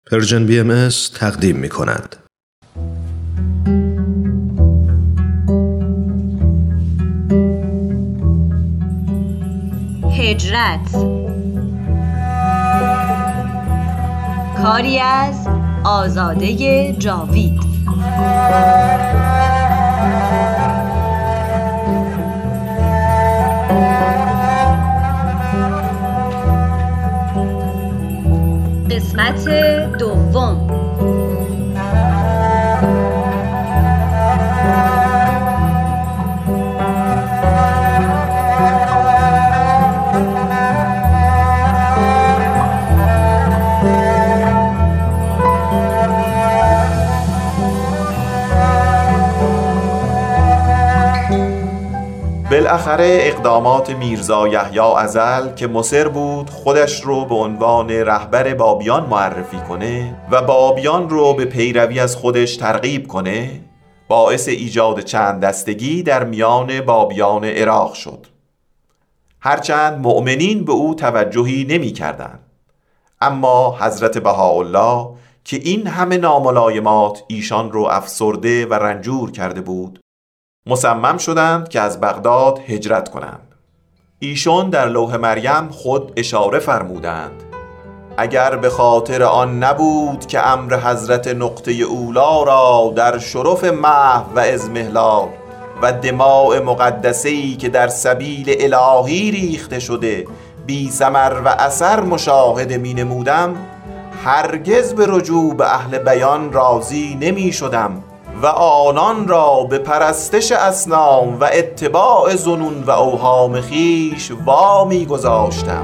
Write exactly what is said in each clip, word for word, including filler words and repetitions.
پرژن بی ام اس تقدیم می کند. هجرت، کاری از آزاده جاوید. قسمت دوم. بالاخره اقدامات میرزا یحیی ازل که مصر بود خودش رو به عنوان رهبر بابیان معرفی کنه و بابیان رو به پیروی از خودش ترغیب کنه باعث ایجاد چند دستگی در میان بابیان عراق شد. هرچند مؤمنین به او توجهی نمی کردن، اما حضرت بهاءالله که این همه ناملایمات ایشان رو افسرده و رنجور کرده بود مصمم شدند که از بغداد هجرت کنند. ایشون در لوح مریم خود اشاره فرمودند اگر به خاطر آن نبود که امر حضرت نقطه اولا را در شرف محو و اضمحلال و دماء مقدسه‌ای که در سبیل الهی ریخته شده بی ثمر و اثر مشاهده می نمودم، هرگز به رجوع به اهل بیان راضی نمی شدم و آنان را به پرستش اصنام و اتباع ظنون و اوهام خیش وامی گذاشتم.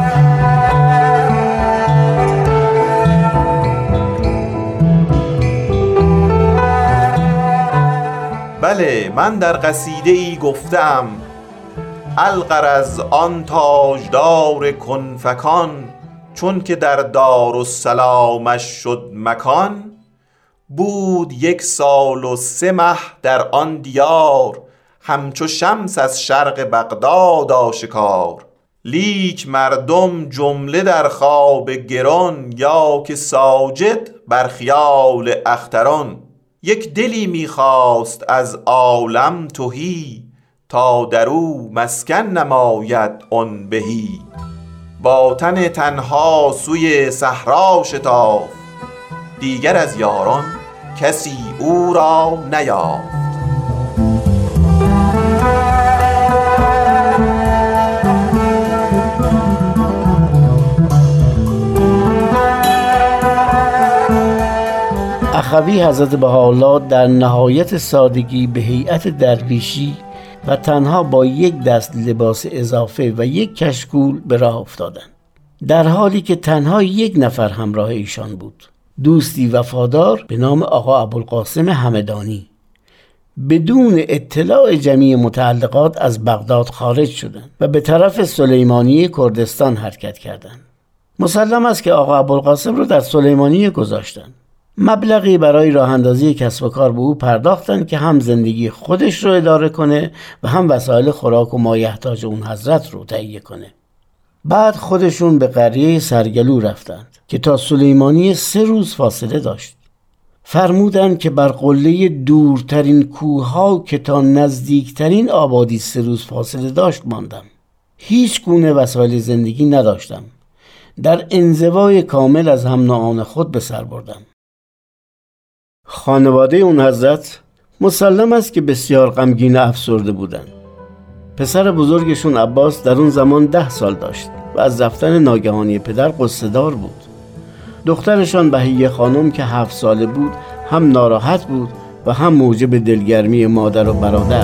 بله، من در قصیده ای گفتم الغرض آن تاجدار کنفکان چون که در دارالسلامش شد مکان، بود یک سال و سه ماه در آن دیار همچو شمس از شرق بغداد آشکار. لیک مردم جمله در خواب گران یا که ساجد بر خیال اختران. یک دلی میخواست از عالم تهی تا در او مسکن نماید آن بهی. با تن تنها سوی صحرا شتافت دیگر از یاران کسی او را نیافت. اخوی حضرت بهاءالله در نهایت سادگی به هیئت درویشی و تنها با یک دست لباس اضافه و یک کشکول به راه افتادند، در حالی که تنها یک نفر همراه ایشان بود، دوستی وفادار به نام آقا ابوالقاسم همدانی. بدون اطلاع جمعی متعلقات از بغداد خارج شدند و به طرف سلیمانی کردستان حرکت کردند. مسلم است که آقا ابوالقاسم رو در سلیمانی گذاشتند. مبلغی برای راه اندازی کسب و کار به او پرداختند که هم زندگی خودش رو اداره کنه و هم وسایل خوراک و مایحتاج اون حضرت رو تهیه کنه. بعد خودشون به قریه سرگلو رفتند که تا سلیمانی سه روز فاصله داشت. فرمودند که بر قله دورترین کوه‌ها که تا نزدیکترین آبادی سه روز فاصله داشت ماندم. هیچ گونه وسایل زندگی نداشتم. در انزوای کامل از هم نوعان خود به سر بردم. خانواده اون حضرت مسلم است که بسیار غمگین و افسرده بودند. پسر بزرگشون عباس در اون زمان ده سال داشت و از رفتن ناگهانی پدر غصه دار بود. دخترشان بهیه خانم که هفت ساله بود هم ناراحت بود و هم موجب دلگرمی مادر و برادر.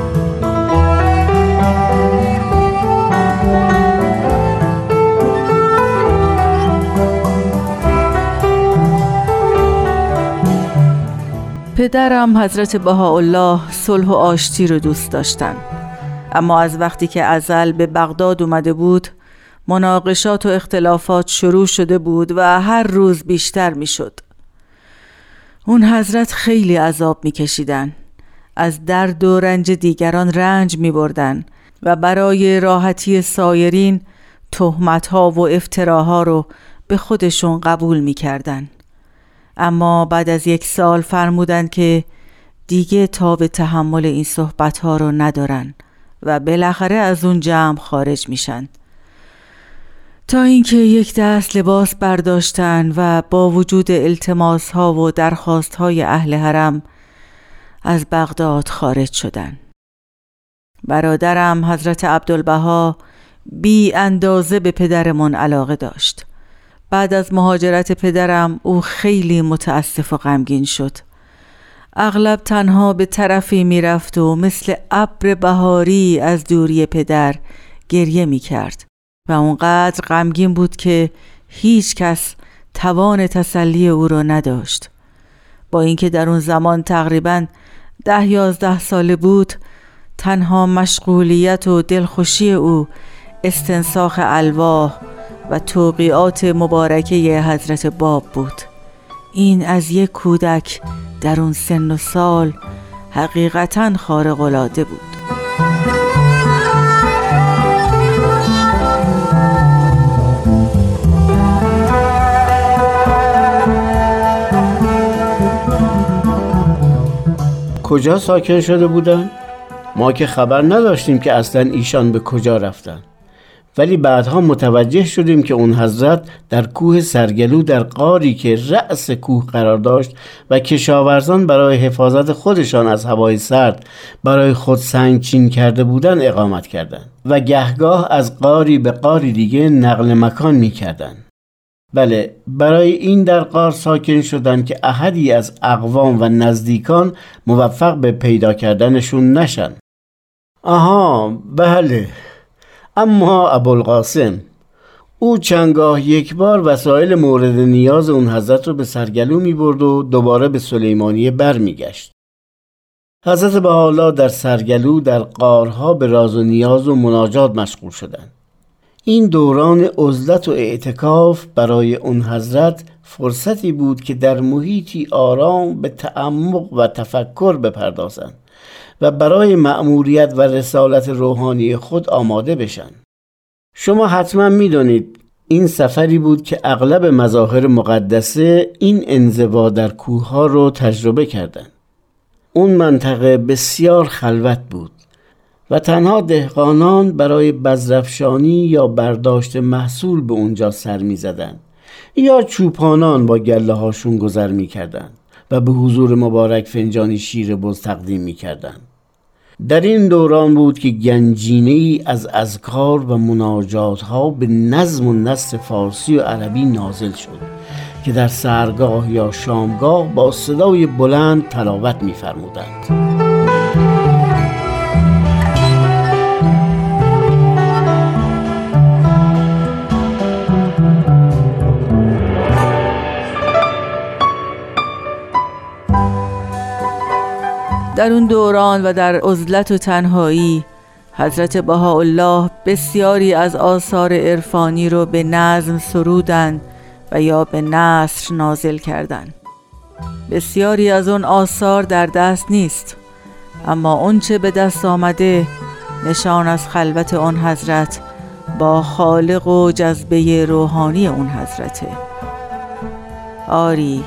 پدرم حضرت بهاءالله صلح و آشتی رو دوست داشتن، اما از وقتی که ازل به بغداد اومده بود مناقشات و اختلافات شروع شده بود و هر روز بیشتر می شد. اون حضرت خیلی عذاب می کشیدن، از درد و رنج دیگران رنج می بردن و برای راحتی سایرین تهمت‌ها و افتراها رو به خودشون قبول می کردن اما بعد از یک سال فرمودند که دیگه تاب تحمل این صحبت‌ها رو ندارن و بالاخره از اون جمع خارج میشن، تا اینکه یک دست لباس برداشتن و با وجود التماس‌ها و درخواست‌های اهل حرم از بغداد خارج شدن. برادرم حضرت عبدالبها بی اندازه به پدرمون علاقه داشت. بعد از مهاجرت پدرم او خیلی متاسف و غمگین شد. اغلب تنها به طرفی می رفت و مثل ابر بهاری از دوری پدر گریه می کرد و اونقدر غمگین بود که هیچ کس توان تسلی او را نداشت. با اینکه در اون زمان تقریباً ده یازده ساله بود، تنها مشغولیت و دلخوشی او استنساخ الواح و توقیعات مبارکه حضرت باب بود. این از یک کودک در اون سن و سال حقیقتاً خارق العاده بود. کجا ساکن شده بودن؟ ما که خبر نداشتیم که اصلا ایشان به کجا رفتن، ولی بعدها متوجه شدیم که اون حضرت در کوه سرگلو در غاری که رأس کوه قرار داشت و کشاورزان برای حفاظت خودشان از هوای سرد برای خود سنگچین کرده بودن اقامت کردند و گهگاه از غاری به غاری دیگه نقل مکان می کردن. بله، برای این در غار ساکن شدن که احدی از اقوام و نزدیکان موفق به پیدا کردنشون نشن. آها، بله. اما ابوالقاسم، او چندگاه یک بار وسایل مورد نیاز اون حضرت رو به سرگلو می برد و دوباره به سلیمانیه بر می گشت. حضرت بهاءالله در سرگلو در غارها به راز و نیاز و مناجات مشغول شدند. این دوران عزلت و اعتکاف برای اون حضرت فرصتی بود که در محیطی آرام به تعمق و تفکر بپردازند و برای مأموریت و رسالت روحانی خود آماده بشن. شما حتما میدونید این سفری بود که اغلب مظاهر مقدسه این انزوا در کوه‌ها رو تجربه کردند. اون منطقه بسیار خلوت بود و تنها دهقانان برای بذرفشانی یا برداشت محصول به اونجا سر می زدن یا چوپانان با گله هاشون گذر می کردن و به حضور مبارک فنجانی شیر بز تقدیم می کردن. در این دوران بود که گنجینه‌ای از اذکار و مناجات ها به نظم و نثر فارسی و عربی نازل شد که در سحرگاه یا شامگاه با صدای بلند تلاوت می فرمودند. در اون دوران و در عزلت و تنهایی حضرت بهاءالله بسیاری از آثار عرفانی رو به نظم سرودن و یا به نثر نازل کردن. بسیاری از اون آثار در دست نیست، اما اون چه به دست آمده نشان از خلوت اون حضرت با خالق و جذبه روحانی اون حضرته. آری،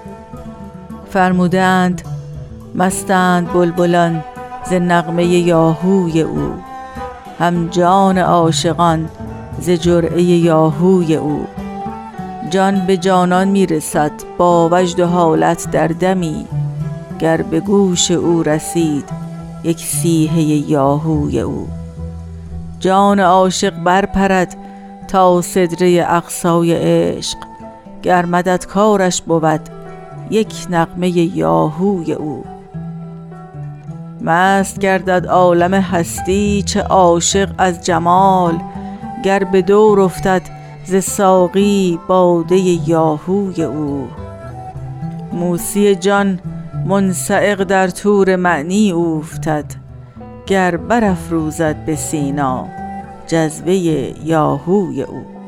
فرمودند مستند بلبلان ز نغمه یاهوی او، هم جان عاشقان ز جرعه یاهوی او. جان به جانان میرسد با وجد و حالت در دمی، گر به گوش او رسید یک سیحه یاهوی او. جان عاشق برپرد تا صدره اقصای عشق، گر مددکارش بود یک نغمه یاهوی او. مست گردد عالم هستی چه عاشق از جمال، گر به دور افتد ز ساقی باده یاهوی او. موسی جان منصعق در طور معنی اوفتد، گر برافروزد به سینا جذبه یاهوی او.